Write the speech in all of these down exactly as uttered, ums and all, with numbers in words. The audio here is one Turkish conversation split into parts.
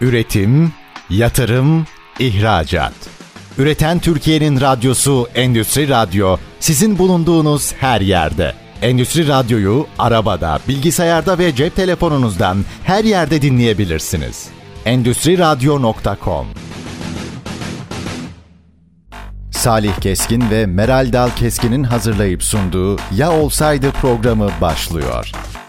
Üretim, yatırım, ihracat. Üreten Türkiye'nin radyosu Endüstri Radyo, sizin bulunduğunuz her yerde. Endüstri Radyo'yu arabada, bilgisayarda ve cep telefonunuzdan her yerde dinleyebilirsiniz. endüstri radyo nokta com. Salih Keskin ve Meral Dal Keskin'in hazırlayıp sunduğu Ya Olsaydı programı başlıyor.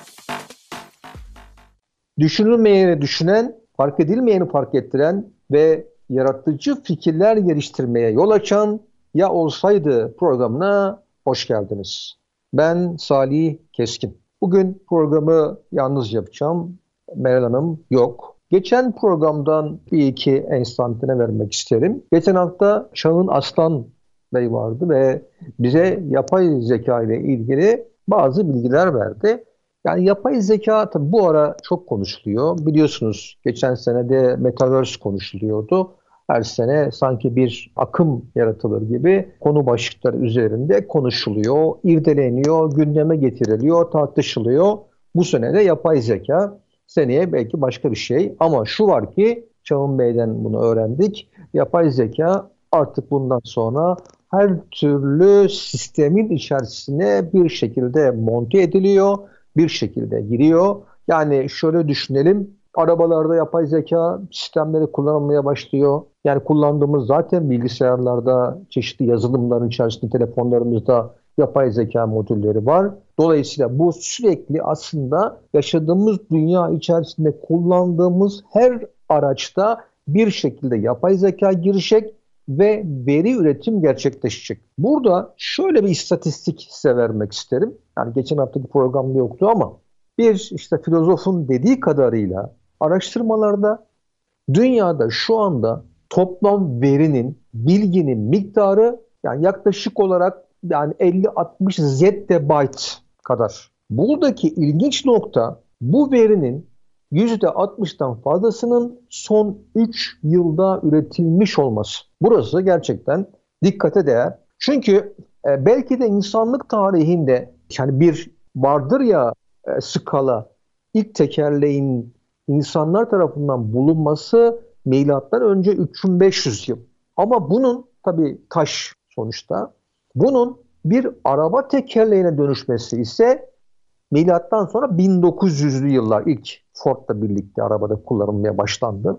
Düşünülmeyeni düşünen, fark edilmeyeni fark ettiren ve yaratıcı fikirler geliştirmeye yol açan Ya Olsaydı programına hoş geldiniz. Ben Salih Keskin. Bugün programı yalnız yapacağım. Meral Hanım yok. Geçen programdan bir iki enstantane vermek isterim. Geçen hafta Çağın Aslan Bey vardı ve bize yapay zeka ile ilgili bazı bilgiler verdi. Yani yapay zeka tabii bu ara çok konuşuluyor. Biliyorsunuz geçen sene de Metaverse konuşuluyordu. Her sene sanki bir akım yaratılır gibi konu başlıkları üzerinde konuşuluyor, irdeleniyor, gündeme getiriliyor, tartışılıyor. Bu sene de yapay zeka, seneye belki başka bir şey. Ama şu var ki, Çağın Bey'den bunu öğrendik. Yapay zeka artık bundan sonra her türlü sistemin içerisine bir şekilde monte ediliyor, bir şekilde giriyor. Yani şöyle düşünelim, arabalarda yapay zeka sistemleri kullanılmaya başlıyor. Yani kullandığımız zaten bilgisayarlarda, çeşitli yazılımların içerisinde, telefonlarımızda yapay zeka modülleri var. Dolayısıyla bu sürekli aslında yaşadığımız dünya içerisinde kullandığımız her araçta bir şekilde yapay zeka girecek ve veri üretim gerçekleşecek. Burada şöyle bir istatistik size vermek isterim. Yani geçen haftaki programda yoktu ama bir işte filozofun dediği kadarıyla araştırmalarda dünyada şu anda toplam verinin, bilginin miktarı yani yaklaşık olarak yani elli altmış zettabyte kadar. Buradaki ilginç nokta, bu verinin yüzde altmıştan fazlasının son üç yılda üretilmiş olması. Burası gerçekten dikkate değer. Çünkü e, belki de insanlık tarihinde yani bir vardır ya e, skala, ilk tekerleğin insanlar tarafından bulunması milattan önce üç bin beş yüz yıl. Ama bunun tabii taş sonuçta, bunun bir araba tekerleğine dönüşmesi ise milattan sonra bin dokuz yüzlü yıllar, ilk Ford'la birlikte arabada kullanılmaya başlandı.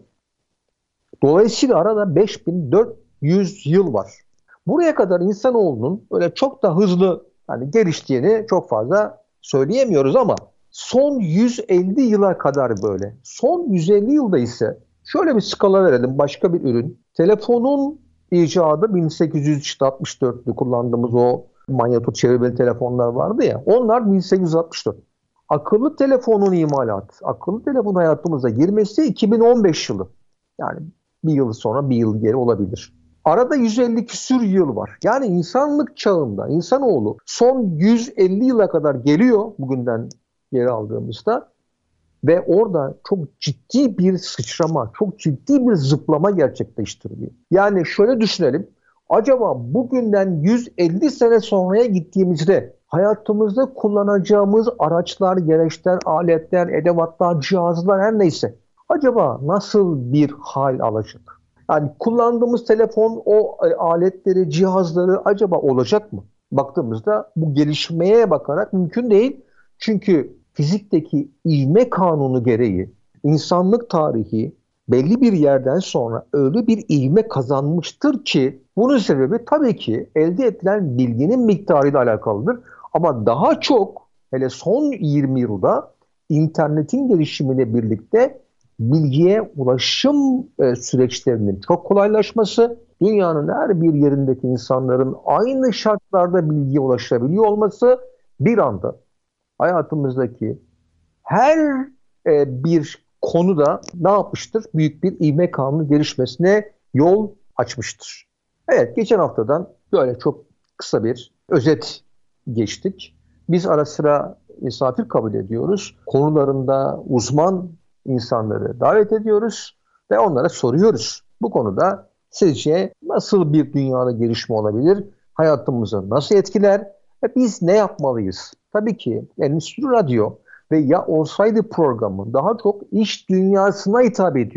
Dolayısıyla arada beş bin dört yüz yıl var. Buraya kadar insanoğlunun öyle çok da hızlı yani geliştiğini çok fazla söyleyemiyoruz ama son yüz elli yıla kadar böyle. Son yüz elli yılda ise şöyle bir skala verelim, başka bir ürün. Telefonun icadı bin sekiz yüz altmış dörtlü kullandığımız o manyeto çevrili telefonlar vardı ya. Onlar bin sekiz yüz altmış dört. Akıllı telefonun imalatı, akıllı telefon hayatımıza girmesi iki bin on beş yılı. Yani bir yıl sonra bir yıl geri olabilir. Arada yüz elli küsür yıl var. Yani insanlık çağında insanoğlu son yüz elli yıla kadar geliyor bugünden geri aldığımızda ve orada çok ciddi bir sıçrama, çok ciddi bir zıplama gerçekleştiriliyor. Yani şöyle düşünelim. Acaba bugünden yüz elli sene sonraya gittiğimizde hayatımızda kullanacağımız araçlar, gereçler, aletler, edevatlar, cihazlar her neyse acaba nasıl bir hal alacak? Yani kullandığımız telefon, o aletleri, cihazları acaba olacak mı? Baktığımızda bu gelişmeye bakarak mümkün değil. Çünkü fizikteki ivme kanunu gereği insanlık tarihi belli bir yerden sonra öyle bir ivme kazanmıştır ki bunun sebebi tabii ki elde edilen bilginin miktarıyla alakalıdır. Ama daha çok hele son yirmi yılda internetin gelişimiyle birlikte bilgiye ulaşım e, süreçlerinin çok kolaylaşması, dünyanın her bir yerindeki insanların aynı şartlarda bilgiye ulaşabiliyor olması bir anda hayatımızdaki her e, bir konuda ne yapmıştır? Büyük bir ivme kanunu gelişmesine yol açmıştır. Evet, geçen haftadan böyle çok kısa bir özet geçtik. Biz ara sıra misafir kabul ediyoruz. Konularında uzman insanları davet ediyoruz ve onlara soruyoruz. Bu konuda sizce nasıl bir dünyada gelişme olabilir? Hayatımızı nasıl etkiler? Ve biz ne yapmalıyız? Tabii ki Endüstri Radyo ve Ya Olsaydı programı daha çok iş dünyasına hitap ediyor.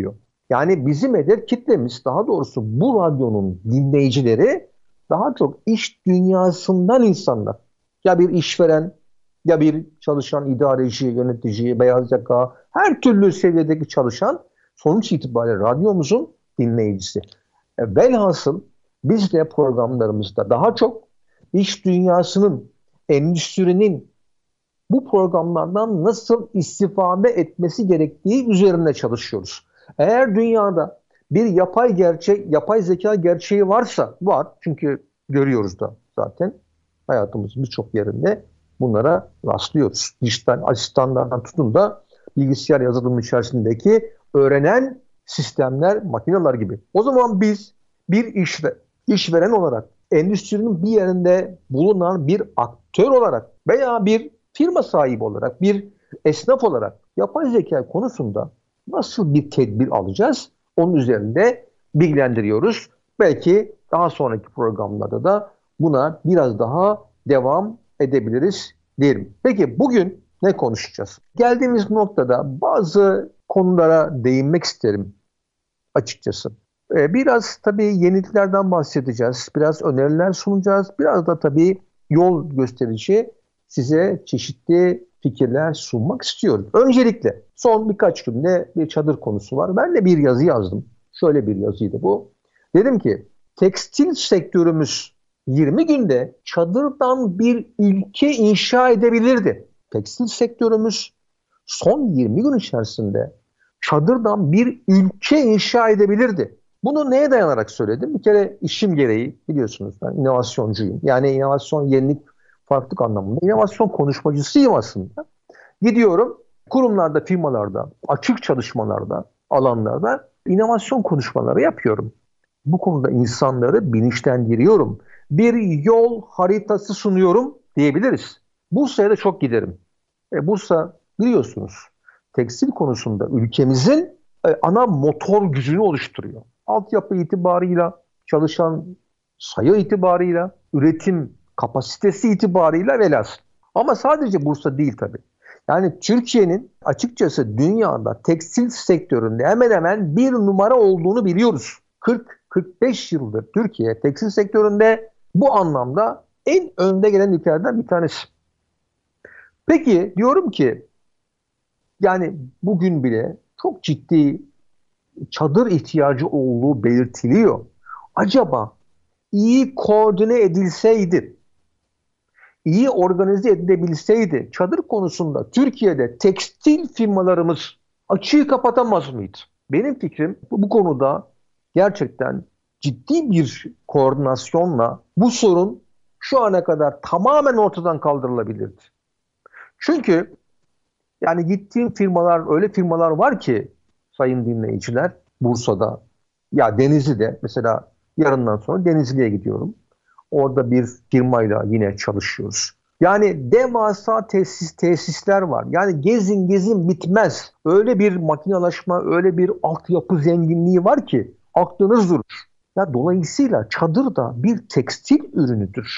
Yani bizim hedef kitlemiz, daha doğrusu bu radyonun dinleyicileri daha çok iş dünyasından insanlar. Ya bir işveren, ya bir çalışan, idareci, yönetici, beyaz yaka, her türlü seviyedeki çalışan sonuç itibariyle radyomuzun dinleyicisi. E, velhasıl biz de programlarımızda daha çok iş dünyasının, endüstrinin bu programlardan nasıl istifade etmesi gerektiği üzerine çalışıyoruz. Eğer dünyada bir yapay gerçek, yapay zeka gerçeği varsa, var çünkü görüyoruz da zaten hayatımızın birçok yerinde bunlara rastlıyoruz. Dijital asistanlardan tutun da bilgisayar yazılımı içerisindeki öğrenen sistemler, makineler gibi. O zaman biz bir işve, işveren olarak, endüstrinin bir yerinde bulunan bir aktör olarak veya bir firma sahibi olarak, bir esnaf olarak yapay zeka konusunda nasıl bir tedbir alacağız? Onun üzerinde bilgilendiriyoruz. Belki daha sonraki programlarda da buna biraz daha devam edebiliriz derim. Peki bugün ne konuşacağız? Geldiğimiz noktada bazı konulara değinmek isterim açıkçası. Biraz tabii yeniliklerden bahsedeceğiz. Biraz öneriler sunacağız. Biraz da tabii yol gösterici size çeşitli fikirler sunmak istiyorum. Öncelikle son birkaç günde bir çadır konusu var. Ben de bir yazı yazdım. Şöyle bir yazıydı bu. Dedim ki tekstil sektörümüz yirmi günde çadırdan bir ülke inşa edebilirdi. Tekstil sektörümüz son yirmi gün içerisinde çadırdan bir ülke inşa edebilirdi. Bunu neye dayanarak söyledim? Bir kere işim gereği biliyorsunuz ben inovasyоncuyum. Yani inovasyon, yenilik, farklılık anlamında. İnovasyon konuşmacısıyım aslında. Gidiyorum kurumlarda, firmalarda, açık çalışmalarda, alanlarda inovasyon konuşmaları yapıyorum. Bu konuda insanları bilinçlendiriyorum. Bir yol haritası sunuyorum diyebiliriz. Bursa'ya da çok giderim. E, Bursa biliyorsunuz tekstil konusunda ülkemizin e, ana motor gücünü oluşturuyor. Altyapı itibarıyla, çalışan sayı itibarıyla, üretim kapasitesi itibarıyla velhasıl. Ama sadece Bursa değil tabii. Yani Türkiye'nin açıkçası dünyada tekstil sektöründe hemen hemen bir numara olduğunu biliyoruz. kırk kırk beş yıldır Türkiye tekstil sektöründe bu anlamda en önde gelen ülkelerden bir tanesi. Peki diyorum ki yani bugün bile çok ciddi çadır ihtiyacı olduğu belirtiliyor. Acaba iyi koordine edilseydi, iyi organize edilebilseydi çadır konusunda Türkiye'de tekstil firmalarımız açığı kapatamaz mıydı? Benim fikrim bu, bu konuda gerçekten ciddi bir koordinasyonla bu sorun şu ana kadar tamamen ortadan kaldırılabilirdi. Çünkü yani gittiğim firmalar, öyle firmalar var ki sayın dinleyiciler, Bursa'da, ya Denizli'de mesela yarından sonra Denizli'ye gidiyorum. Orada bir firmayla yine çalışıyoruz. Yani devasa tesis tesisler var. Yani gezin gezin bitmez. Öyle bir makinalaşma, öyle bir altyapı zenginliği var ki aklınız durur. Ya dolayısıyla çadır da bir tekstil ürünüdür.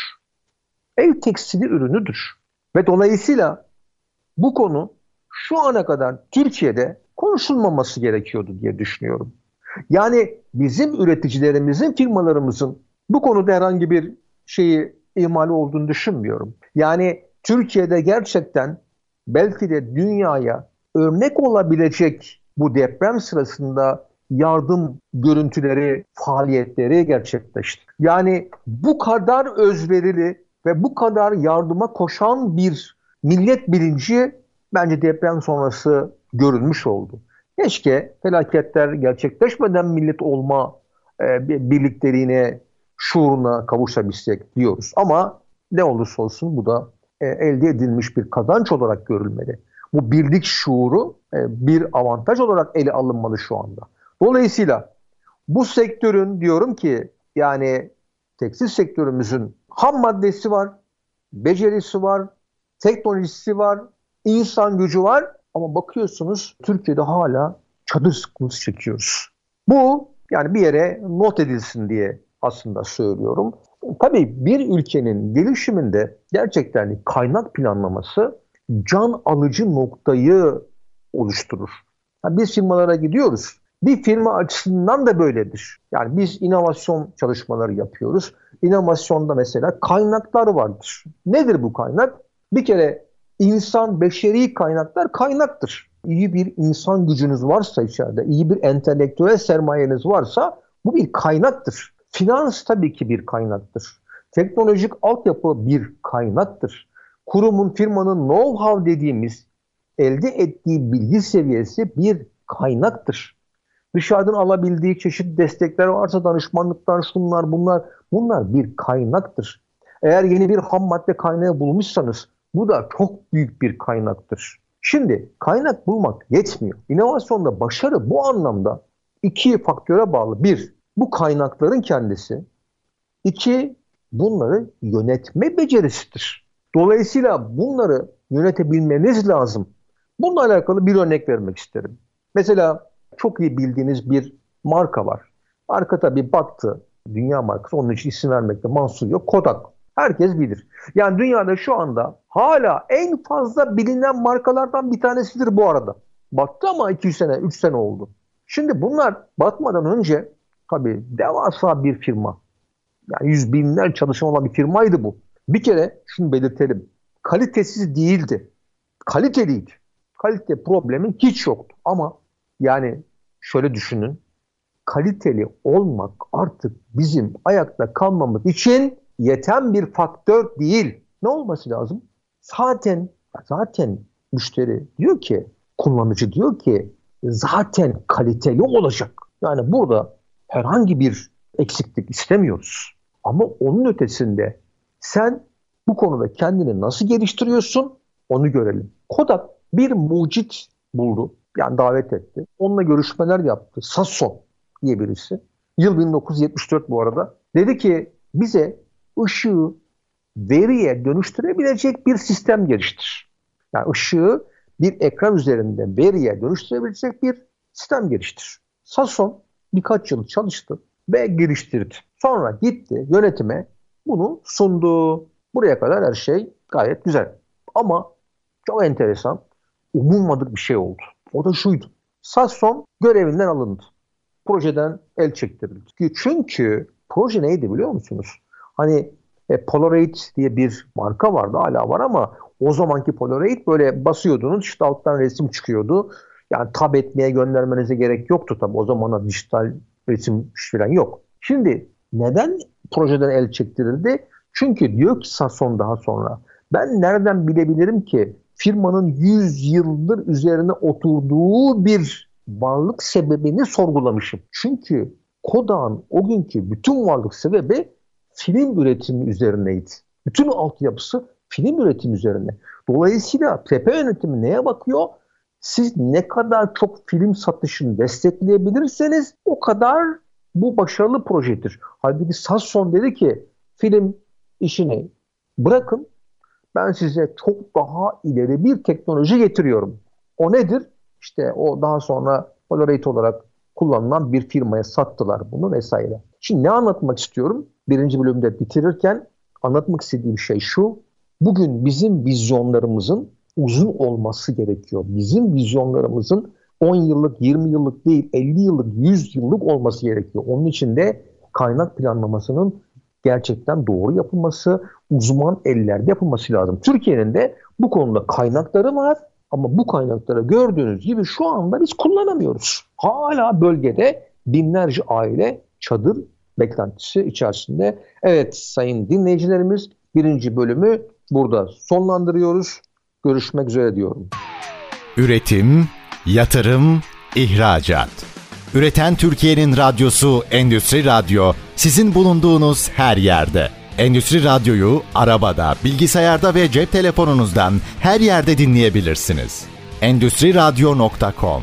Ev tekstili ürünüdür. Ve dolayısıyla bu konu şu ana kadar Türkiye'de konuşulmaması gerekiyordu diye düşünüyorum. Yani bizim üreticilerimizin, firmalarımızın bu konuda herhangi bir şeyi ihmali olduğunu düşünmüyorum. Yani Türkiye'de gerçekten belki de dünyaya örnek olabilecek bu deprem sırasında yardım görüntüleri, faaliyetleri gerçekleşti. Yani bu kadar özverili ve bu kadar yardıma koşan bir millet bilinci bence deprem sonrası görülmüş oldu. Keşke felaketler gerçekleşmeden millet olma e, birlikteliğine, şuuruna kavuşabilsek diyoruz. Ama ne olursa olsun bu da e, elde edilmiş bir kazanç olarak görülmeli. Bu birlik şuuru e, bir avantaj olarak ele alınmalı şu anda. Dolayısıyla bu sektörün diyorum ki yani tekstil sektörümüzün ham maddesi var, becerisi var, teknolojisi var, insan gücü var ama bakıyorsunuz Türkiye'de hala çadır sıkıntısı çekiyoruz. Bu yani bir yere not edilsin diye aslında söylüyorum. Tabii bir ülkenin gelişiminde gerçekten kaynak planlaması can alıcı noktayı oluşturur. Yani biz firmalara gidiyoruz. Bir firma açısından da böyledir. Yani biz inovasyon çalışmaları yapıyoruz. İnovasyonda mesela kaynaklar vardır. Nedir bu kaynak? Bir kere insan, beşeri kaynaklar kaynaktır. İyi bir insan gücünüz varsa içeride, iyi bir entelektüel sermayeniz varsa bu bir kaynaktır. Finans tabii ki bir kaynaktır. Teknolojik altyapı bir kaynaktır. Kurumun, firmanın know-how dediğimiz elde ettiği bilgi seviyesi bir kaynaktır. Dışarıdan alabildiği çeşitli destekler varsa danışmanlıklar, şunlar bunlar, bunlar bir kaynaktır. Eğer yeni bir ham madde kaynağı bulmuşsanız bu da çok büyük bir kaynaktır. Şimdi kaynak bulmak yetmiyor. İnovasyonda başarı bu anlamda iki faktöre bağlı. Bir, bu kaynakların kendisi. İki, bunları yönetme becerisidir. Dolayısıyla bunları yönetebilmeniz lazım. Bununla alakalı bir örnek vermek isterim. Mesela çok iyi bildiğiniz bir marka var. Marka tabii battı. Dünya markası. Onun için isim vermekte mahsur yok. Kodak. Herkes bilir. Yani dünyada şu anda hala en fazla bilinen markalardan bir tanesidir bu arada. Battı ama iki yüz sene, üç sene oldu. Şimdi bunlar batmadan önce tabii devasa bir firma. Yani yüz binler çalışan olan bir firmaydı bu. Bir kere şunu belirtelim. Kalitesiz değildi. Kaliteliydi. Kalite problemi hiç yoktu. Ama yani şöyle düşünün. Kaliteli olmak artık bizim ayakta kalmamız için yeten bir faktör değil. Ne olması lazım? Zaten zaten müşteri diyor ki, kullanıcı diyor ki zaten kaliteli olacak. Yani burada herhangi bir eksiklik istemiyoruz. Ama onun ötesinde sen bu konuda kendini nasıl geliştiriyorsun onu görelim. Kodak bir mucit buldu. Yani davet etti. Onunla görüşmeler yaptı. Sasson diye birisi. Yıl bin dokuz yüz yetmiş dört bu arada. Dedi ki bize ışığı veriye dönüştürebilecek bir sistem geliştir. Yani ışığı bir ekran üzerinde veriye dönüştürebilecek bir sistem geliştir. Sasson birkaç yıl çalıştı ve geliştirdi. Sonra gitti yönetime bunu sundu. Buraya kadar her şey gayet güzel. Ama çok enteresan, umulmadık bir şey oldu. O da şuydu. Sasson görevinden alındı. Projeden el çektirildi. Çünkü proje neydi biliyor musunuz? Hani e, Polaroid diye bir marka vardı, hala var ama o zamanki Polaroid böyle basıyordunuz, işte alttan resim çıkıyordu. Yani tab etmeye göndermenize gerek yoktu tabii. O zamanlar dijital resim falan yok. Şimdi neden projeden el çektirildi? Çünkü diyor ki Sasson daha sonra, ben nereden bilebilirim ki firmanın yüz yıldır üzerine oturduğu bir varlık sebebini sorgulamışım. Çünkü Kodak'ın o günkü bütün varlık sebebi film üretimi üzerineydi. Bütün altyapısı film üretimi üzerine. Dolayısıyla tepe yönetimi neye bakıyor? Siz ne kadar çok film satışını destekleyebilirseniz o kadar bu başarılı projedir. Halbuki Sasson dedi ki film işini bırakın, ben size çok daha ileri bir teknoloji getiriyorum. O nedir? İşte o daha sonra Polaroid olarak kullanılan bir firmaya sattılar bunu vesaire. Şimdi ne anlatmak istiyorum? Birinci bölümde bitirirken anlatmak istediğim şey şu. Bugün bizim vizyonlarımızın uzun olması gerekiyor. Bizim vizyonlarımızın on yıllık, yirmi yıllık değil, elli yıllık, yüz yıllık olması gerekiyor. Onun için de kaynak planlamasının gerçekten doğru yapılması, uzman ellerde yapılması lazım. Türkiye'nin de bu konuda kaynakları var ama bu kaynakları gördüğünüz gibi şu anda biz kullanamıyoruz. Hala bölgede binlerce aile çadır beklentisi içerisinde. Evet sayın dinleyicilerimiz, birinci bölümü burada sonlandırıyoruz. Görüşmek üzere diyorum. Üretim, yatırım, ihracat. Üreten Türkiye'nin radyosu Endüstri Radyo, sizin bulunduğunuz her yerde. Endüstri Radyo'yu arabada, bilgisayarda ve cep telefonunuzdan her yerde dinleyebilirsiniz. endüstri radyo nokta com.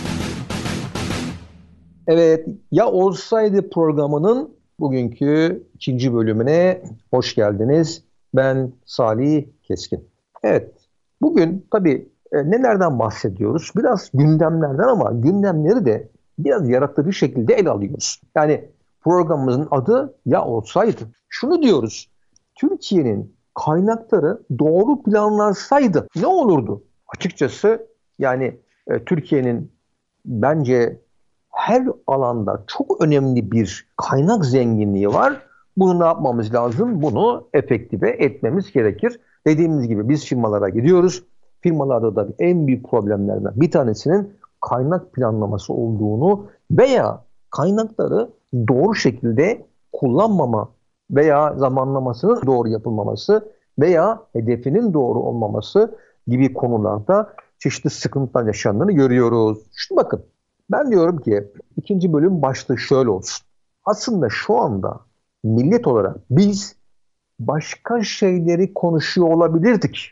Evet, Ya Olsaydı programının bugünkü ikinci bölümüne hoş geldiniz. Ben Salih Keskin. Evet, bugün tabii e, nelerden bahsediyoruz? Biraz gündemlerden ama gündemleri de biraz yaratıcı şekilde ele alıyoruz. Yani programımızın adı Ya Olsaydı. Şunu diyoruz, Türkiye'nin kaynakları doğru planlansaydı ne olurdu? Açıkçası yani e, Türkiye'nin bence her alanda çok önemli bir kaynak zenginliği var. Bunu ne yapmamız lazım? Bunu efektive etmemiz gerekir. Dediğimiz gibi biz firmalara gidiyoruz. Firmalarda da en büyük problemlerden bir tanesinin kaynak planlaması olduğunu veya kaynakları doğru şekilde kullanmama veya zamanlamasının doğru yapılmaması veya hedefinin doğru olmaması gibi konularda çeşitli sıkıntılar yaşandığını görüyoruz. Şimdi bakın, ben diyorum ki ikinci bölüm başlığı şöyle olsun. Aslında şu anda millet olarak biz başka şeyleri konuşuyor olabilirdik.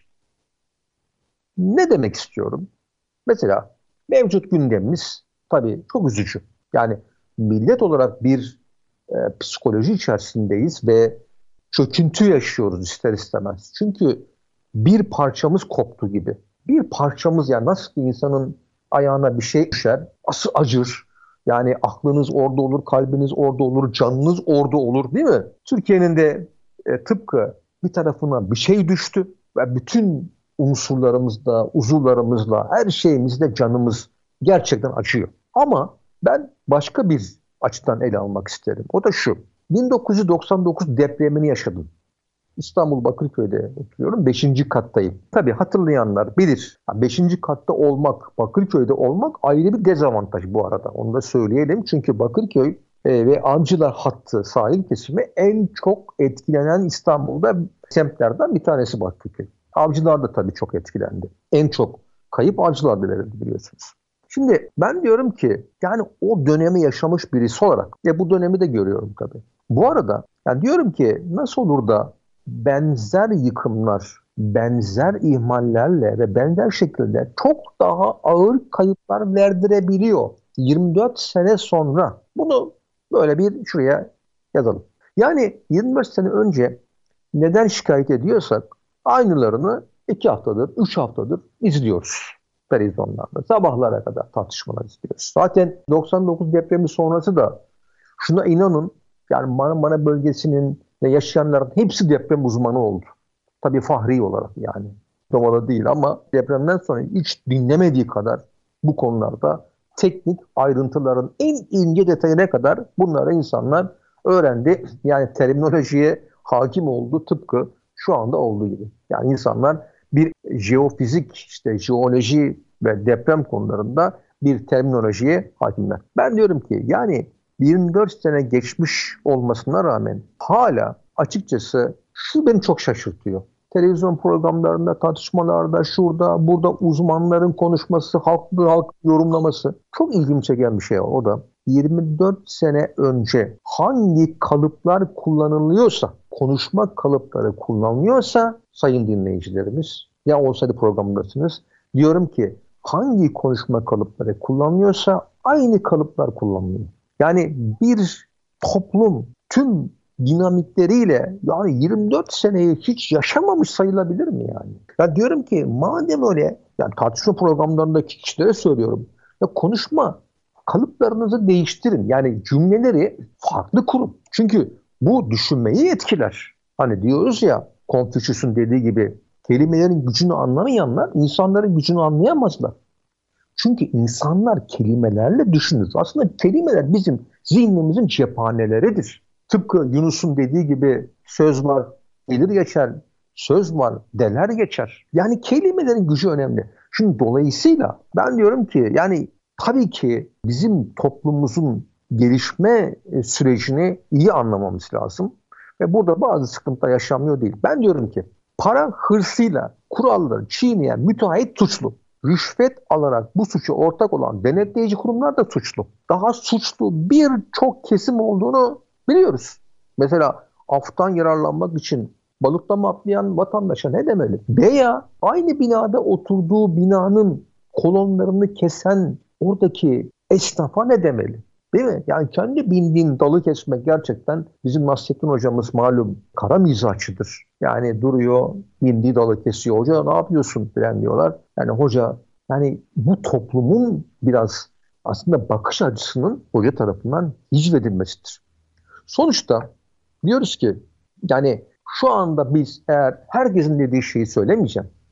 Ne demek istiyorum? Mesela mevcut gündemimiz tabii çok üzücü. Yani millet olarak bir e, psikoloji içerisindeyiz ve çöküntü yaşıyoruz ister istemez. Çünkü bir parçamız koptu gibi. Bir parçamız, yani nasıl ki insanın ayağına bir şey düşer, asıl acır. Yani aklınız orada olur, kalbiniz orada olur, canınız orada olur, değil mi? Türkiye'nin de e, tıpkı bir tarafına bir şey düştü ve bütün unsurlarımızda, uzuvlarımızla, her şeyimizde canımız gerçekten acıyor. Ama ben başka bir açıdan ele almak isterim. O da şu. bin dokuz yüz doksan dokuz depremini yaşadım. İstanbul Bakırköy'de oturuyorum. Beşinci kattayım. Tabii hatırlayanlar bilir. Beşinci katta olmak, Bakırköy'de olmak ayrı bir dezavantaj bu arada. Onu da söyleyelim. Çünkü Bakırköy e, ve Avcılar hattı sahil kesimi en çok etkilenen İstanbul'da semtlerden bir tanesi Bakırköy. Avcılar da tabii çok etkilendi. En çok kayıp Avcılar'da verildi, biliyorsunuz. Şimdi ben diyorum ki yani o dönemi yaşamış birisi olarak ve bu dönemi de görüyorum tabii. Bu arada yani diyorum ki nasıl olur da benzer yıkımlar, benzer ihmallerle ve benzer şekilde çok daha ağır kayıplar verdirebiliyor yirmi dört sene sonra. Bunu böyle bir şuraya yazalım. Yani yirmi dört sene önce neden şikayet ediyorsak aynılarını iki haftadır, üç haftadır izliyoruz televizyonlarda. Sabahlara kadar tartışmalar izliyoruz. Zaten doksan dokuz depremi sonrası da şuna inanın, yani Marmara bölgesinin ve yaşayanların hepsi deprem uzmanı oldu. Tabii fahri olarak, yani davalı değil, ama depremden sonra hiç dinlemediği kadar bu konularda teknik ayrıntıların en ince detayına kadar bunları insanlar öğrendi. Yani terminolojiye hakim oldu, tıpkı şu anda olduğu gibi. Yani insanlar bir jeofizik, işte jeoloji ve deprem konularında bir terminolojiye hakimler. Ben diyorum ki yani yirmi dört sene geçmiş olmasına rağmen hala açıkçası şu beni çok şaşırtıyor. Televizyon programlarında, tartışmalarda, şurada, burada uzmanların konuşması, halklı halk yorumlaması çok ilgimi çeken bir şey. O da yirmi dört sene önce hangi kalıplar kullanılıyorsa, konuşma kalıpları kullanılıyorsa sayın dinleyicilerimiz, ya olsaydı programdasınız, diyorum ki hangi konuşma kalıpları kullanılıyorsa aynı kalıplar kullanılıyor. Yani bir toplum tüm dinamikleriyle yani yirmi dört seneyi hiç yaşamamış sayılabilir mi yani? Ya diyorum ki madem öyle, yani tartışma programlarındaki kişilere söylüyorum. Ya konuşma kalıplarınızı değiştirin. Yani cümleleri farklı kurun. Çünkü bu düşünmeyi etkiler. Hani diyoruz ya, Konfüçyüs'ün dediği gibi kelimelerin gücünü anlamayanlar insanların gücünü anlayamazlar. Çünkü insanlar kelimelerle düşünür. Aslında kelimeler bizim zihnimizin cephaneleridir. Tıpkı Yunus'un dediği gibi söz var, gelir geçer, söz var, deler geçer. Yani kelimelerin gücü önemli. Şimdi dolayısıyla ben diyorum ki yani tabii ki bizim toplumumuzun gelişme sürecini iyi anlamamız lazım. Ve burada bazı sıkıntılar yaşanmıyor değil. Ben diyorum ki para hırsıyla kuralları çiğneyen müteahhit suçlu. Rüşvet alarak bu suçu ortak olan denetleyici kurumlar da suçlu. Daha suçlu birçok kesim olduğunu biliyoruz. Mesela aftan yararlanmak için balıklama atlayan vatandaşa ne demeli? Veya aynı binada oturduğu binanın kolonlarını kesen oradaki esnafa ne demeli? Değil mi? Yani kendi bindiğin dalı kesmek gerçekten, bizim Nasrettin hocamız malum kara mizahçıdır. Yani duruyor, bindiği dalı kesiyor. Hoca ne yapıyorsun falan diyorlar. Yani hoca, yani bu toplumun biraz aslında bakış açısının hoca tarafından hicvedilmesidir. Sonuçta diyoruz ki yani şu anda biz eğer herkesin dediği şeyi söylemeyeceğim.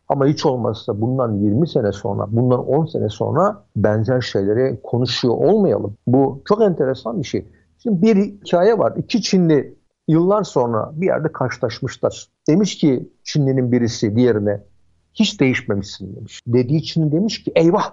Ama hiç olmazsa bundan yirmi sene sonra, bundan on sene sonra benzer şeyleri konuşuyor olmayalım. Bu çok enteresan bir şey. Şimdi bir hikaye var. İki Çinli yıllar sonra bir yerde karşılaşmışlar. Demiş ki Çinlinin birisi diğerine, hiç değişmemişsin demiş. Dediği Çinli demiş ki eyvah,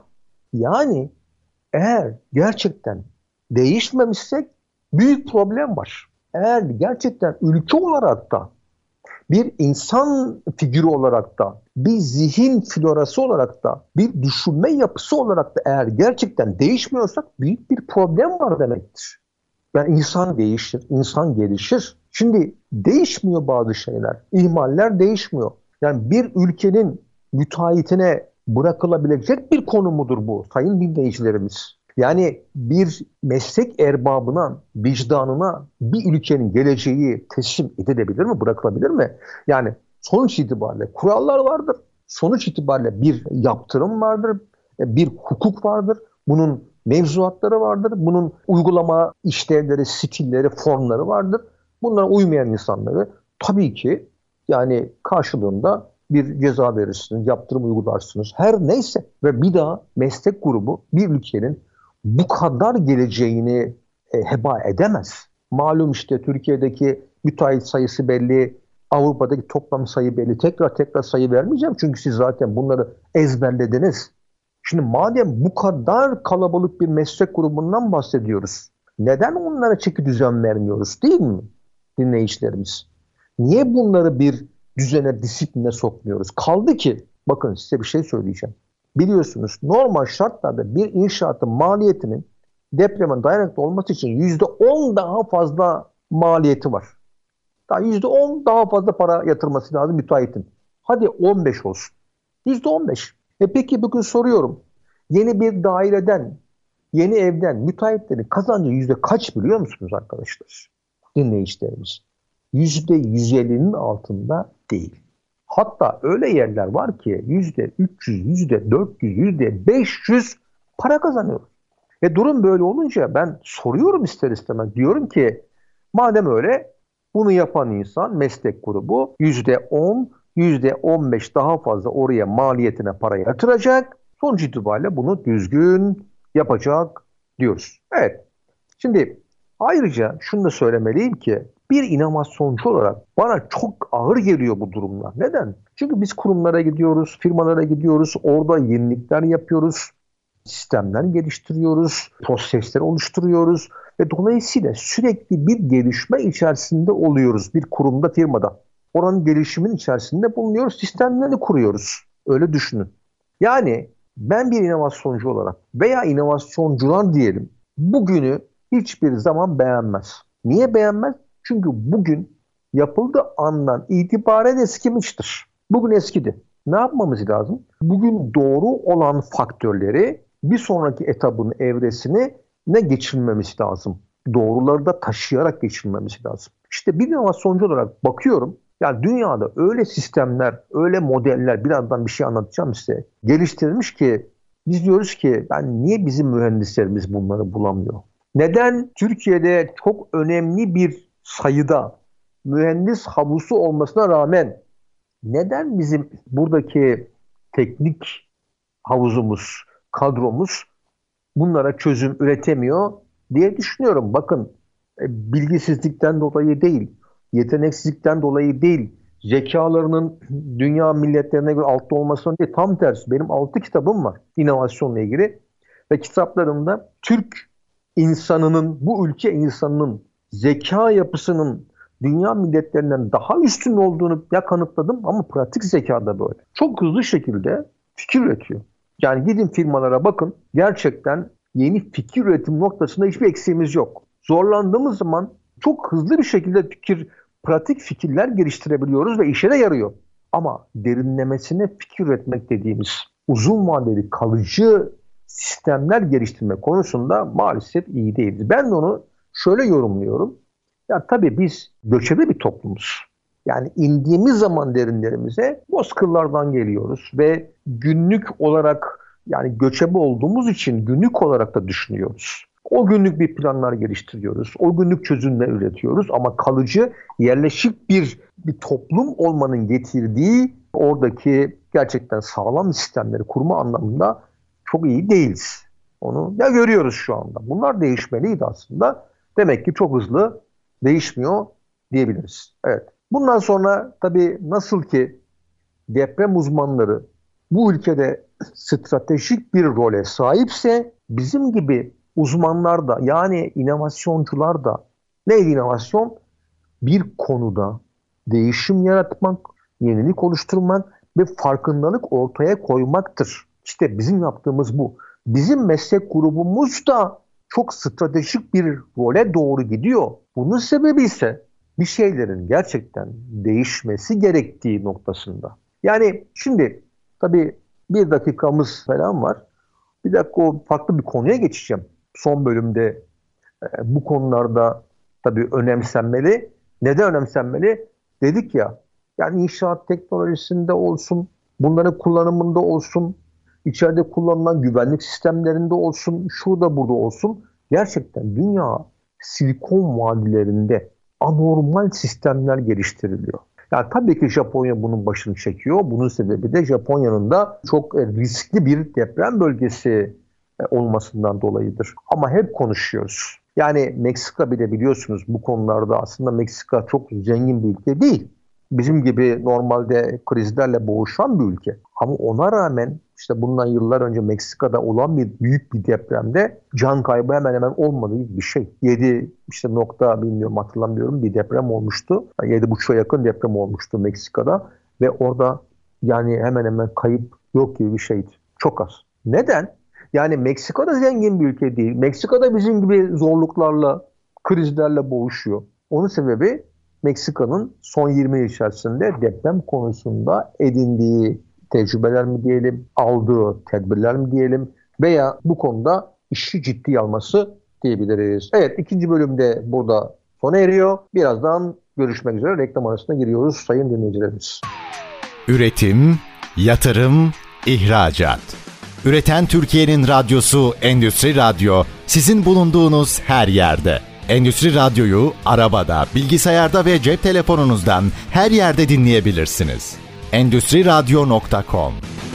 yani eğer gerçekten değişmemişsek büyük problem var. Eğer gerçekten ülke olarak da, bir insan figürü olarak da, bir zihin florası olarak da, bir düşünme yapısı olarak da eğer gerçekten değişmiyorsak büyük bir problem var demektir. Yani insan değişir, insan gelişir. Şimdi değişmiyor bazı şeyler, ihmaller değişmiyor. Yani bir ülkenin müteahhitine bırakılabilecek bir konu mudur bu sayın dinleyicilerimiz? Yani bir meslek erbabına, vicdanına bir ülkenin geleceği teslim edilebilir mi, bırakılabilir mi? Yani sonuç itibariyle kurallar vardır. Sonuç itibariyle bir yaptırım vardır, bir hukuk vardır. Bunun mevzuatları vardır. Bunun uygulama işlevleri, stilleri, formları vardır. Bunlara uymayan insanları tabii ki yani karşılığında bir ceza verirsiniz, yaptırım uygularsınız. Her neyse ve bir daha meslek grubu bir ülkenin bu kadar geleceğini e, heba edemez. Malum işte Türkiye'deki müteahhit sayısı belli, Avrupa'daki toplam sayı belli. Tekrar tekrar sayı vermeyeceğim çünkü siz zaten bunları ezberlediniz. Şimdi madem bu kadar kalabalık bir meslek grubundan bahsediyoruz, neden onlara çeki düzen vermiyoruz değil mi dinleyicilerimiz? Niye bunları bir düzene, disipline sokmuyoruz? Kaldı ki, bakın size bir şey söyleyeceğim. Biliyorsunuz normal şartlarda bir inşaatın maliyetinin depreme dayanıklı olması için yüzde on daha fazla maliyeti var. Daha yüzde on daha fazla para yatırması lazım müteahhitin. Hadi on beş olsun. yüzde on beş. E peki bugün soruyorum. Yeni bir daireden, yeni evden müteahhitlerin kazancı yüzde kaç biliyor musunuz arkadaşlar? Dinleyicilerimiz. Yüzde yüz ellinin altında değil. Hatta öyle yerler var ki yüzde üç yüz, yüzde dört yüz, yüzde beş yüz para kazanıyor. E durum böyle olunca ben soruyorum ister istemez. Diyorum ki madem öyle bunu yapan insan, meslek grubu yüzde on, yüzde on beş daha fazla oraya maliyetine para yatıracak. Sonuç itibariyle bunu düzgün yapacak diyoruz. Evet. Şimdi ayrıca şunu da söylemeliyim ki bir inovasyoncu olarak bana çok ağır geliyor bu durumlar. Neden? Çünkü biz kurumlara gidiyoruz, firmalara gidiyoruz, orada yenilikler yapıyoruz, sistemler geliştiriyoruz, prosesler oluşturuyoruz ve dolayısıyla sürekli bir gelişme içerisinde oluyoruz bir kurumda, firmada. Oranın gelişimin içerisinde bulunuyoruz, sistemlerini kuruyoruz. Öyle düşünün. Yani ben bir inovasyoncu olarak veya inovasyoncular diyelim, bugünü hiçbir zaman beğenmez. Niye beğenmez? Çünkü bugün yapıldığı andan itibaren eskimiştir. Bugün eskidi. Ne yapmamız lazım? Bugün doğru olan faktörleri bir sonraki etabın evresini ne geçirmemiz lazım? Doğruları da taşıyarak geçirmemiz lazım. İşte bir inovasyoncu olarak bakıyorum. Yani dünyada öyle sistemler, öyle modeller, birazdan bir şey anlatacağım size, geliştirilmiş ki biz diyoruz ki yani niye bizim mühendislerimiz bunları bulamıyor? Neden Türkiye'de çok önemli bir sayıda mühendis havuzu olmasına rağmen neden bizim buradaki teknik havuzumuz, kadromuz bunlara çözüm üretemiyor diye düşünüyorum. Bakın bilgisizlikten dolayı değil, yeteneksizlikten dolayı değil, zekalarının dünya milletlerine göre altta olmasından değil, tam tersi. Benim altı kitabım var inovasyonla ilgili ve kitaplarımda Türk insanının, bu ülke insanının zeka yapısının dünya milletlerinden daha üstün olduğunu ya kanıtladım ama pratik zekada böyle. Çok hızlı şekilde fikir üretiyor. Yani gidin firmalara bakın, gerçekten yeni fikir üretim noktasında hiçbir eksiğimiz yok. Zorlandığımız zaman çok hızlı bir şekilde fikir, pratik fikirler geliştirebiliyoruz ve işe de yarıyor. Ama derinlemesine fikir üretmek dediğimiz uzun vadeli kalıcı sistemler geliştirme konusunda maalesef iyi değiliz. Ben de onu şöyle yorumluyorum. Ya tabii biz göçebe bir toplumuz. Yani indiğimiz zaman derinlerimize bozkırlardan geliyoruz ve günlük olarak yani göçebe olduğumuz için günlük olarak da düşünüyoruz. O günlük bir planlar geliştiriyoruz. O günlük çözümler üretiyoruz ama kalıcı, yerleşik bir bir toplum olmanın getirdiği oradaki gerçekten sağlam sistemleri kurma anlamında çok iyi değiliz. Onu ya görüyoruz şu anda. Bunlar değişmeliydi aslında. Demek ki çok hızlı değişmiyor diyebiliriz. Evet. Bundan sonra tabii nasıl ki deprem uzmanları bu ülkede stratejik bir role sahipse bizim gibi uzmanlar da yani inovasyoncular da neydi inovasyon? Bir konuda değişim yaratmak, yenilik oluşturmak ve farkındalık ortaya koymaktır. İşte bizim yaptığımız bu. Bizim meslek grubumuz da çok stratejik bir role doğru gidiyor. Bunun sebebi ise bir şeylerin gerçekten değişmesi gerektiği noktasında. Yani şimdi tabii bir dakikamız falan var. Bir dakika o farklı bir konuya geçeceğim. Son bölümde e, bu konularda tabii önemsenmeli. Neden önemsenmeli? Dedik ya, yani inşaat teknolojisinde olsun, bunların kullanımında olsun, içeride kullanılan güvenlik sistemlerinde olsun, şurada burada olsun. Gerçekten dünya silikon vadilerinde anormal sistemler geliştiriliyor. Yani tabii ki Japonya bunun başını çekiyor. Bunun sebebi de Japonya'nın da çok riskli bir deprem bölgesi olmasından dolayıdır. Ama hep konuşuyoruz. Yani Meksika bile biliyorsunuz bu konularda aslında Meksika çok zengin bir ülke değil. Bizim gibi normalde krizlerle boğuşan bir ülke. Ama ona rağmen işte bundan yıllar önce Meksika'da olan bir büyük bir depremde can kaybı hemen hemen olmadığı bir şey. yedi işte nokta bilmiyorum hatırlamıyorum bir deprem olmuştu. yedi buçuğa yakın deprem olmuştu Meksika'da ve orada yani hemen hemen kayıp yok gibi bir şeydi. Çok az. Neden? Yani Meksika'da zengin bir ülke değil. Meksika'da bizim gibi zorluklarla, krizlerle boğuşuyor. Onun sebebi Meksika'nın son yirmi yıl içerisinde deprem konusunda edindiği tecrübeler mi diyelim, aldığı tedbirler mi diyelim veya bu konuda işi ciddiye alması diyebiliriz. Evet, ikinci bölümde burada sona eriyor. Birazdan görüşmek üzere reklam arasına giriyoruz sayın dinleyicilerimiz. Üretim, yatırım, ihracat. Üreten Türkiye'nin radyosu Endüstri Radyo sizin bulunduğunuz her yerde. Endüstri Radyo'yu arabada, bilgisayarda ve cep telefonunuzdan her yerde dinleyebilirsiniz. endüstri radyo nokta com.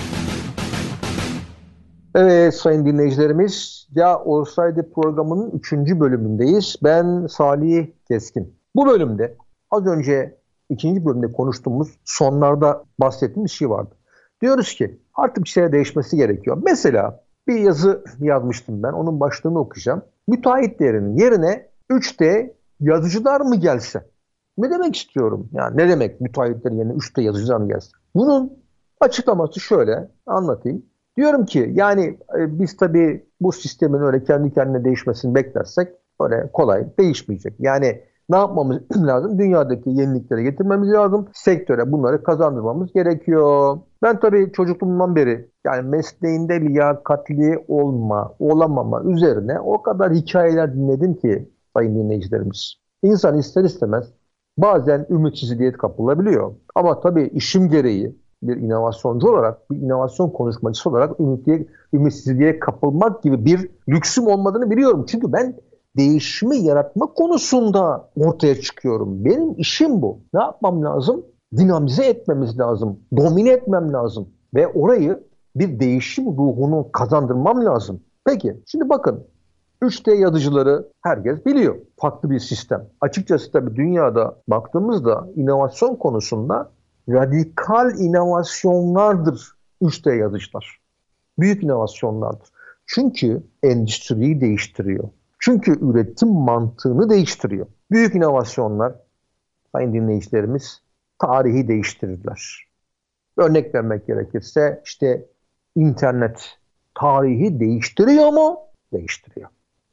Evet sayın dinleyicilerimiz, Ya Olsaydı programının üçüncü bölümündeyiz. Ben Salih Keskin. Bu bölümde az önce ikinci bölümde konuştuğumuz sonlarda bahsettiğim bir şey vardı. Diyoruz ki artık bir şeyler değişmesi gerekiyor. Mesela bir yazı yazmıştım ben. Onun başlığını okuyacağım. Müteahhitlerin yerine üç D yazıcılar mı gelse? Ne demek istiyorum? Yani ne demek müteahhitlerin yerine üç D yazıcılar mı gelse? Bunun açıklaması şöyle anlatayım. Diyorum ki yani e, biz tabii bu sistemin öyle kendi kendine değişmesini beklersek öyle kolay değişmeyecek. Yani ne yapmamız lazım? Dünyadaki yenilikleri getirmemiz lazım. Sektöre bunları kazandırmamız gerekiyor. Ben tabii çocukluğumdan beri yani mesleğinde liyakatli olma, olamama üzerine o kadar hikayeler dinledim ki sayın dinleyicilerimiz. İnsan ister istemez bazen ümitsizliğe kapılabiliyor. Ama tabii işim gereği bir inovasyoncu olarak, bir inovasyon konuşmacısı olarak ümitliğe, ümitsizliğe kapılmak gibi bir lüksüm olmadığını biliyorum. Çünkü ben değişimi yaratma konusunda ortaya çıkıyorum. Benim işim bu. Ne yapmam lazım? Dinamize etmemiz lazım. Domine etmem lazım. Ve orayı bir değişim ruhunu kazandırmam lazım. Peki, şimdi bakın. üç D yazıcıları herkes biliyor. Farklı bir sistem. Açıkçası tabii dünyada baktığımızda inovasyon konusunda radikal inovasyonlardır üç D yazıcılar. Büyük inovasyonlardır. Çünkü endüstriyi değiştiriyor. Çünkü üretim mantığını değiştiriyor. Büyük inovasyonlar, sayın dinleyicilerimiz, tarihi değiştirirler. Örnek vermek gerekirse işte internet tarihi değiştiriyor mu? Değiştiriyor.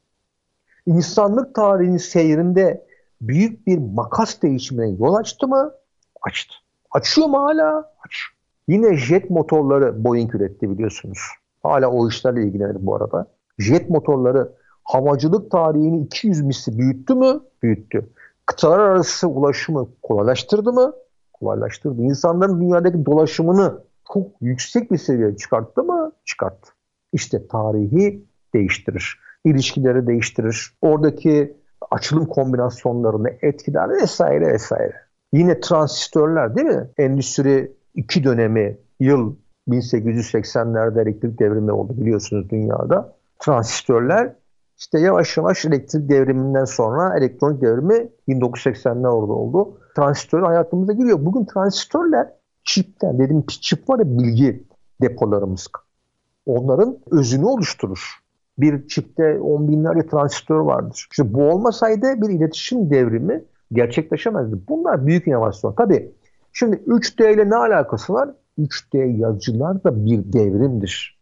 İnsanlık tarihinin seyrinde büyük bir makas değişimine yol açtı mı? Açtı. Açıyor mu hala? Açıyor. Yine jet motorları Boeing üretti biliyorsunuz. Hala o işlerle ilgilenir bu arada. Jet motorları havacılık tarihini iki yüz misli büyüttü mü? Büyüttü. Kıtalar arası ulaşımı kolaylaştırdı mı? Kolaylaştırdı. İnsanların dünyadaki dolaşımını çok yüksek bir seviyeye çıkarttı mı? Çıkarttı. İşte tarihi değiştirir. İlişkileri değiştirir. Oradaki açılım kombinasyonlarını etkiler vesaire vesaire. Yine transistörler değil mi? Endüstri iki dönemi yıl bin sekiz yüz seksenlerde elektrik devrimi oldu biliyorsunuz dünyada. Transistörler işte yavaş yavaş elektrik devriminden sonra elektronik devrimi bin dokuz yüz seksenler orada oldu. Transistör hayatımıza giriyor. Bugün transistörler çipten, dedim çip var ya, bilgi depolarımız. Onların özünü oluşturur. Bir çipte on binlerce transistör vardır. İşte bu olmasaydı bir iletişim devrimi gerçekleşemezdi. Bunlar büyük inovasyon. Tabii şimdi üç D ile ne alakası var? üç D yazıcılar da bir devrimdir.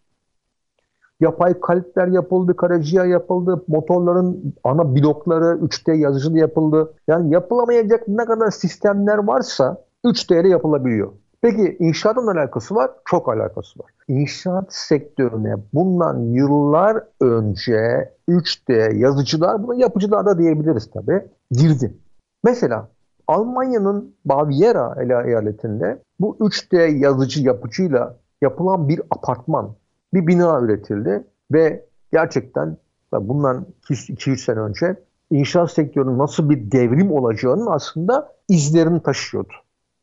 Yapay kalpler yapıldı, karaciğer yapıldı, motorların ana blokları üç D yazıcılı yapıldı. Yani yapılamayacak ne kadar sistemler varsa üç D ile yapılabiliyor. Peki inşaatın alakası var? Çok alakası var. İnşaat sektörüne bundan yıllar önce üç D yazıcılar, buna yapıcılar da diyebiliriz tabii, girdi. Mesela Almanya'nın Baviera eyaletinde bu üç D yazıcı yapıcıyla yapılan bir apartman, bir bina üretildi ve gerçekten bundan iki üç sene önce inşaat sektörünün nasıl bir devrim olacağının aslında izlerini taşıyordu.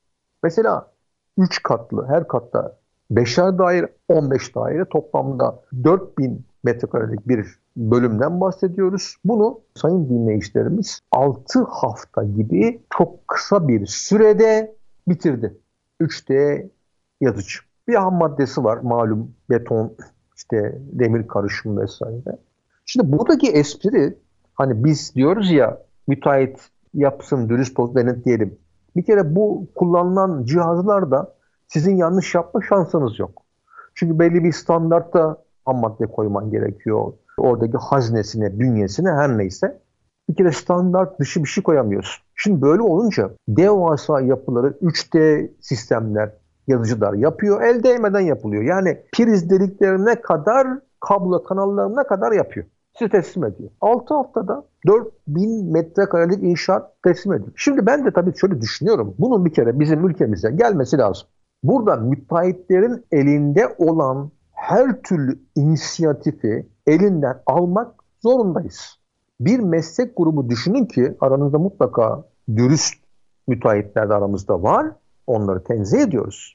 Mesela üç katlı, her katta beşer daire, on beş daire, toplamda dört bin metrekarelik bir bölümden bahsediyoruz. Bunu sayın dinleyicilerimiz altı hafta gibi çok kısa bir sürede bitirdi. üç D yazıcı. Bir ham maddesi var malum, beton, işte demir karışımı vesaire. Şimdi buradaki espri, hani biz diyoruz ya müteahhit yapsın, dürüst olsun, denetleyelim. Bir kere bu kullanılan cihazlarda sizin yanlış yapma şansınız yok. Çünkü belli bir standartta ham madde koyman gerekiyor. Oradaki haznesine, bünyesine, her neyse. Bir kere standart dışı bir şey koyamıyorsun. Şimdi böyle olunca devasa yapıları üç D sistemler, yazıcılar yapıyor. El değmeden yapılıyor. Yani priz deliklerine kadar, kablo kanallarına kadar yapıyor. Size teslim ediyor. altı haftada dört bin metrekarelik inşaat teslim ediyor. Şimdi ben de tabii şöyle düşünüyorum. Bunun bir kere bizim ülkemize gelmesi lazım. Burada müteahhitlerin elinde olan her türlü inisiyatifi elinden almak zorundayız. Bir meslek grubu düşünün ki aranızda mutlaka dürüst müteahhitler de aramızda var. Onları tenzih ediyoruz.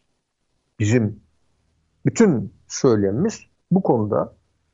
Bizim bütün söylemimiz bu konuda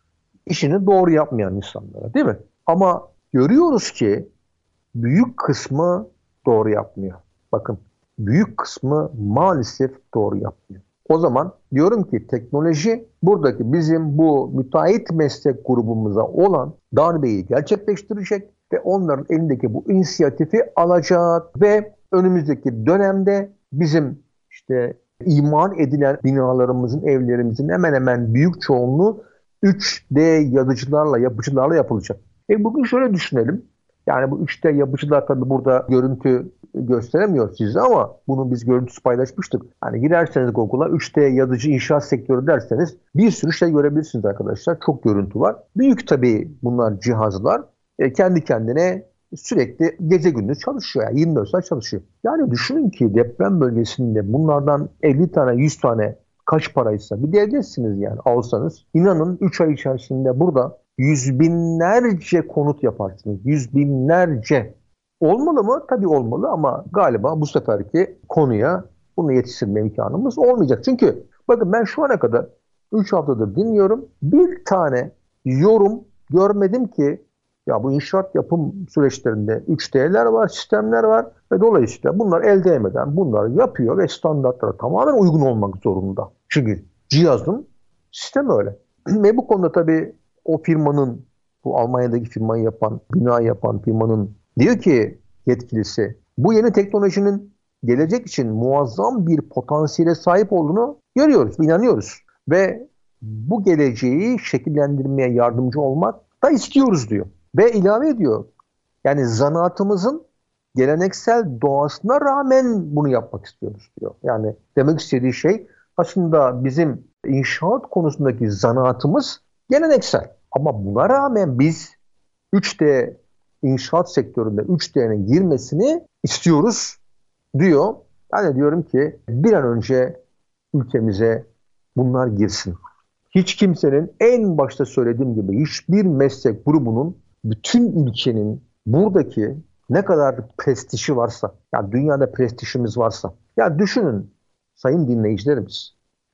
işini doğru yapmayan insanlara, değil mi? Ama görüyoruz ki büyük kısmı doğru yapmıyor. Bakın, büyük kısmı maalesef doğru yapmıyor. O zaman diyorum ki teknoloji buradaki bizim bu müteahhit meslek grubumuza olan darbeyi gerçekleştirecek ve onların elindeki bu inisiyatifi alacak ve önümüzdeki dönemde bizim işte iman edilen binalarımızın, evlerimizin hemen hemen büyük çoğunluğu üç D yazıcılarla, yapıcılarla yapılacak. E bugün şöyle düşünelim. Yani bu üç D yapıcılar tabii burada görüntü gösteremiyor size ama bunu biz görüntüsü paylaşmıştık. Hani girerseniz Google'a üç D yazıcı inşaat sektörü derseniz bir sürü şey görebilirsiniz arkadaşlar. Çok görüntü var. Büyük tabii bunlar cihazlar. E, kendi kendine sürekli gece gündüz çalışıyor. Yani yirmi dört saat çalışıyor. Yani düşünün ki deprem bölgesinde bunlardan elli tane, yüz tane kaç paraysa bir diyeceksiniz yani alsanız. İnanın üç ay içerisinde burada yüz binlerce konut yaparsınız. Yüz binlerce. Olmalı mı? Tabii olmalı ama galiba bu seferki konuya bunu yetiştirme imkanımız olmayacak. Çünkü bakın ben şu ana kadar üç haftadır dinliyorum. Bir tane yorum görmedim ki ya bu inşaat yapım süreçlerinde üç D'ler var, sistemler var ve dolayısıyla bunlar el değmeden bunları yapıyor ve standartlara tamamen uygun olmak zorunda. Çünkü cihazın sistemi öyle. Ve bu konuda tabii o firmanın, bu Almanya'daki firmayı yapan, bina yapan firmanın diyor ki yetkilisi, bu yeni teknolojinin gelecek için muazzam bir potansiyele sahip olduğunu görüyoruz, inanıyoruz. Ve bu geleceği şekillendirmeye yardımcı olmak da istiyoruz diyor. Ve ilave ediyor. Yani zanaatımızın geleneksel doğasına rağmen bunu yapmak istiyoruz diyor. Yani demek istediği şey aslında bizim inşaat konusundaki zanaatımız geleneksel. Ama buna rağmen biz üç D inşaat sektöründe üç D'nin girmesini istiyoruz diyor. Ben de diyorum ki bir an önce ülkemize bunlar girsin. Hiç kimsenin, en başta söylediğim gibi, hiçbir meslek grubunun, bütün ülkenin buradaki ne kadar prestiji varsa, yani dünyada prestijimiz varsa, ya düşünün sayın dinleyicilerimiz,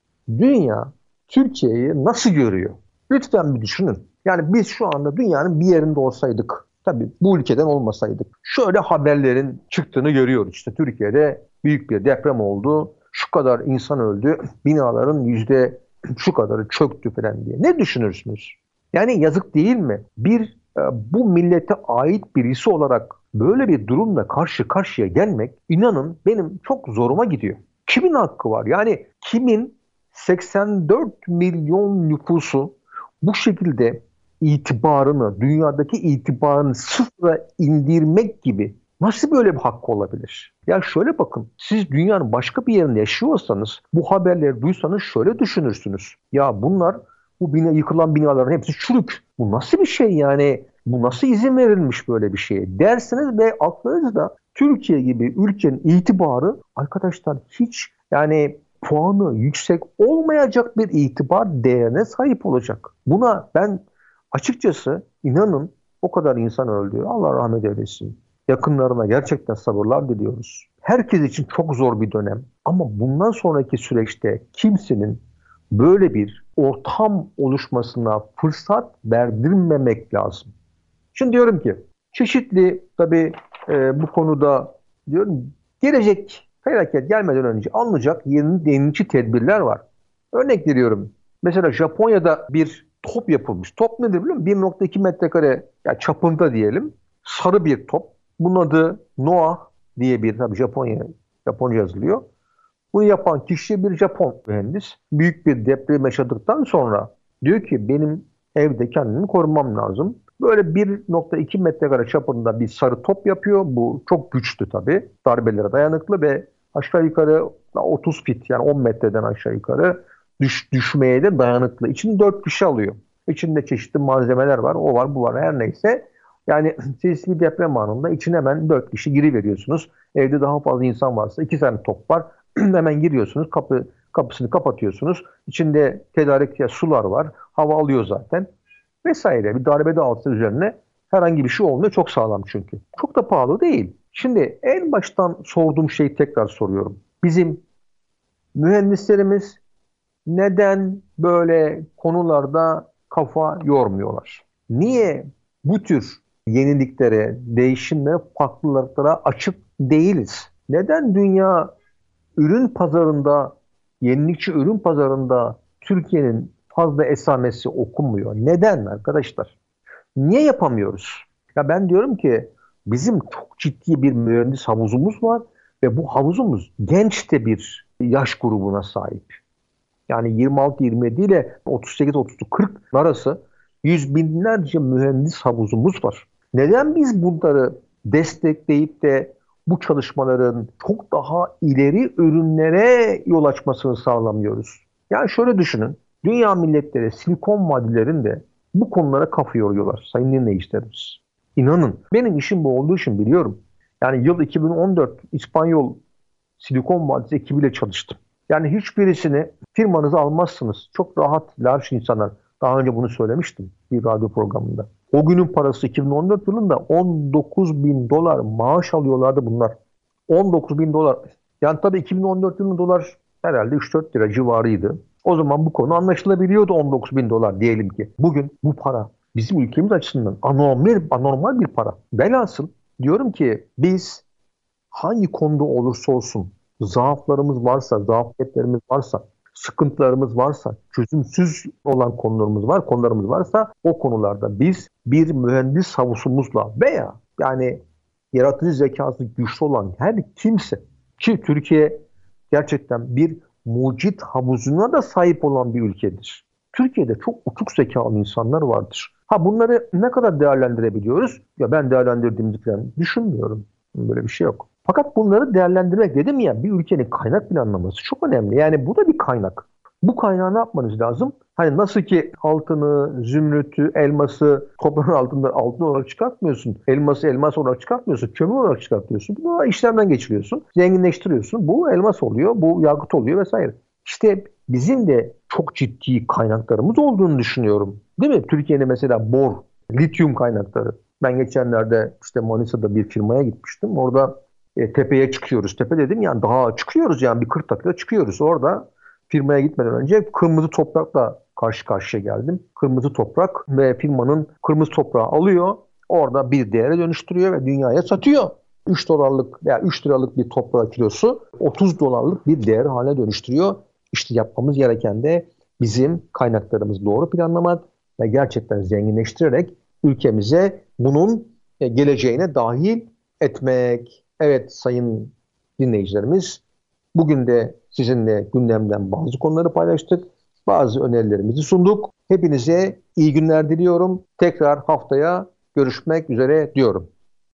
dünya Türkiye'yi nasıl görüyor? Lütfen bir düşünün. Yani biz şu anda dünyanın bir yerinde olsaydık, tabii bu ülkeden olmasaydık, şöyle haberlerin çıktığını görüyoruz. İşte Türkiye'de büyük bir deprem oldu, şu kadar insan öldü, binaların yüzde şu kadarı çöktü falan diye. Ne düşünürsünüz? Yani yazık değil mi? Bir e, bu millete ait birisi olarak böyle bir durumla karşı karşıya gelmek, inanın benim çok zoruma gidiyor. Kimin hakkı var? Yani kimin seksen dört milyon nüfusu bu şekilde itibarını, dünyadaki itibarını sıfıra indirmek gibi nasıl böyle bir hakkı olabilir? Ya şöyle bakın, siz dünyanın başka bir yerinde yaşıyorsanız, bu haberleri duysanız şöyle düşünürsünüz. Ya bunlar, bu bina, yıkılan binaların hepsi çürük. Bu nasıl bir şey yani? Bu nasıl izin verilmiş böyle bir şeye dersiniz ve aklınızda Türkiye gibi ülkenin itibarı arkadaşlar hiç yani puanı yüksek olmayacak bir itibar değerine sahip olacak. Buna ben açıkçası inanın o kadar insan öldü. Allah rahmet eylesin. Yakınlarına gerçekten sabırlar diliyoruz. Herkes için çok zor bir dönem. Ama bundan sonraki süreçte kimsenin böyle bir ortam oluşmasına fırsat verdirmemek lazım. Şimdi diyorum ki çeşitli tabii e, bu konuda diyorum gelecek felaket gelmeden önce alınacak yeni yenilikçi tedbirler var. Örnek veriyorum. Mesela Japonya'da bir top yapılmış. Top nedir biliyor musun? bir nokta iki metrekare ya çapında diyelim. Sarı bir top. Bunun adı Noah diye bir tabii Japonya Japonca yazılıyor. Bunu yapan kişi bir Japon mühendis. Büyük bir deprem yaşadıktan sonra diyor ki benim evde kendimi korumam lazım. Böyle bir nokta iki metrekare çapında bir sarı top yapıyor. Bu çok güçlü tabii. Darbelere dayanıklı ve aşağı yukarı otuz fit yani on metreden aşağı yukarı düş, düşmeye de dayanıklı. İçini dört kişi alıyor. İçinde çeşitli malzemeler var. O var bu var her neyse. Yani siz bir deprem anında içine hemen dört kişi giriveriyorsunuz. Evde daha fazla insan varsa iki tane top var. Hemen giriyorsunuz. Kapı kapısını kapatıyorsunuz. İçinde tedarik ya sular var. Hava alıyor zaten. Vesaire. Bir darbe de alsa üzerine herhangi bir şey olmuyor. Çok sağlam çünkü. Çok da pahalı değil. Şimdi en baştan sorduğum şeyi tekrar soruyorum. Bizim mühendislerimiz neden böyle konularda kafa yormuyorlar? Niye bu tür yeniliklere, değişimlere, farklılıklara açık değiliz? Neden dünya ürün pazarında, yenilikçi ürün pazarında Türkiye'nin fazla esamesi okunmuyor? Neden arkadaşlar? Niye yapamıyoruz? Ya ben diyorum ki bizim çok ciddi bir mühendis havuzumuz var ve bu havuzumuz genç de bir yaş grubuna sahip. Yani yirmi altı yirmi yedi ile otuz sekiz otuz kırk arası yüz binlerce mühendis havuzumuz var. Neden biz bunları destekleyip de bu çalışmaların çok daha ileri ürünlere yol açmasını sağlamıyoruz? Yani şöyle düşünün. Dünya milletleri Silikon Vadileri'nde bu konulara kafa yoruyorlar sayın dinleyicilerimiz. İnanın benim işim bu olduğu için biliyorum. Yani yıl iki bin on dört İspanyol Silikon Vadisi ekibiyle çalıştım. Yani hiçbirisini firmanıza almazsınız. Çok rahat, large insanlar. Daha önce bunu söylemiştim bir radyo programında. O günün parası iki bin on dört yılında on dokuz bin dolar maaş alıyorlardı bunlar. on dokuz bin dolar. Yani tabii iki bin on dört yılında dolar herhalde üç dört lira civarıydı. O zaman bu konu anlaşılabiliyordu on dokuz bin dolar diyelim ki. Bugün bu para bizim ülkemiz açısından anormal, anormal bir para. Velhasıl diyorum ki biz hangi konuda olursa olsun zaaflarımız varsa, zafiyetlerimiz varsa, sıkıntılarımız varsa, çözümsüz olan konularımız var, konularımız varsa o konularda biz bir mühendis havuzumuzla veya yani yaratıcı zekası güçlü olan her kimse ki Türkiye gerçekten bir mucit havuzuna da sahip olan bir ülkedir. Türkiye'de çok uçuk zekalı insanlar vardır. Ha bunları ne kadar değerlendirebiliyoruz? Ya ben değerlendirdiğimizi falan düşünmüyorum. Böyle bir şey yok. Fakat bunları değerlendirmek dedim ya bir ülkenin kaynak planlaması çok önemli. Yani bu da bir kaynak. Bu kaynağı ne yapmanız lazım? Hani nasıl ki altını, zümrütü, elması toprağın altında altın olarak çıkartmıyorsun. Elması elmas olarak çıkartmıyorsun. Kömür olarak çıkartıyorsun. Bunu işlemden geçiriyorsun. Zenginleştiriyorsun. Bu elmas oluyor. Bu yakıt oluyor vesaire. İşte bizim de çok ciddi kaynaklarımız olduğunu düşünüyorum. Değil mi? Türkiye'nin mesela bor, lityum kaynakları. Ben geçenlerde işte Manisa'da bir firmaya gitmiştim. Orada e, tepeye çıkıyoruz. Tepe dedim yani dağa çıkıyoruz yani bir kırk dakika çıkıyoruz. Orada firmaya gitmeden önce kırmızı toprakla karşı karşıya geldim. Kırmızı toprak ve firmanın kırmızı toprağı alıyor. Orada bir değere dönüştürüyor ve dünyaya satıyor. üç dolarlık veya üç liralık bir toprağı kilosu otuz dolarlık bir değer haline dönüştürüyor. İşte yapmamız gereken de bizim kaynaklarımızı doğru planlamak ve gerçekten zenginleştirerek ülkemize bunun geleceğine dahil etmek. Evet sayın dinleyicilerimiz, bugün de sizinle gündemden bazı konuları paylaştık. Bazı önerilerimizi sunduk. Hepinize iyi günler diliyorum. Tekrar haftaya görüşmek üzere diyorum.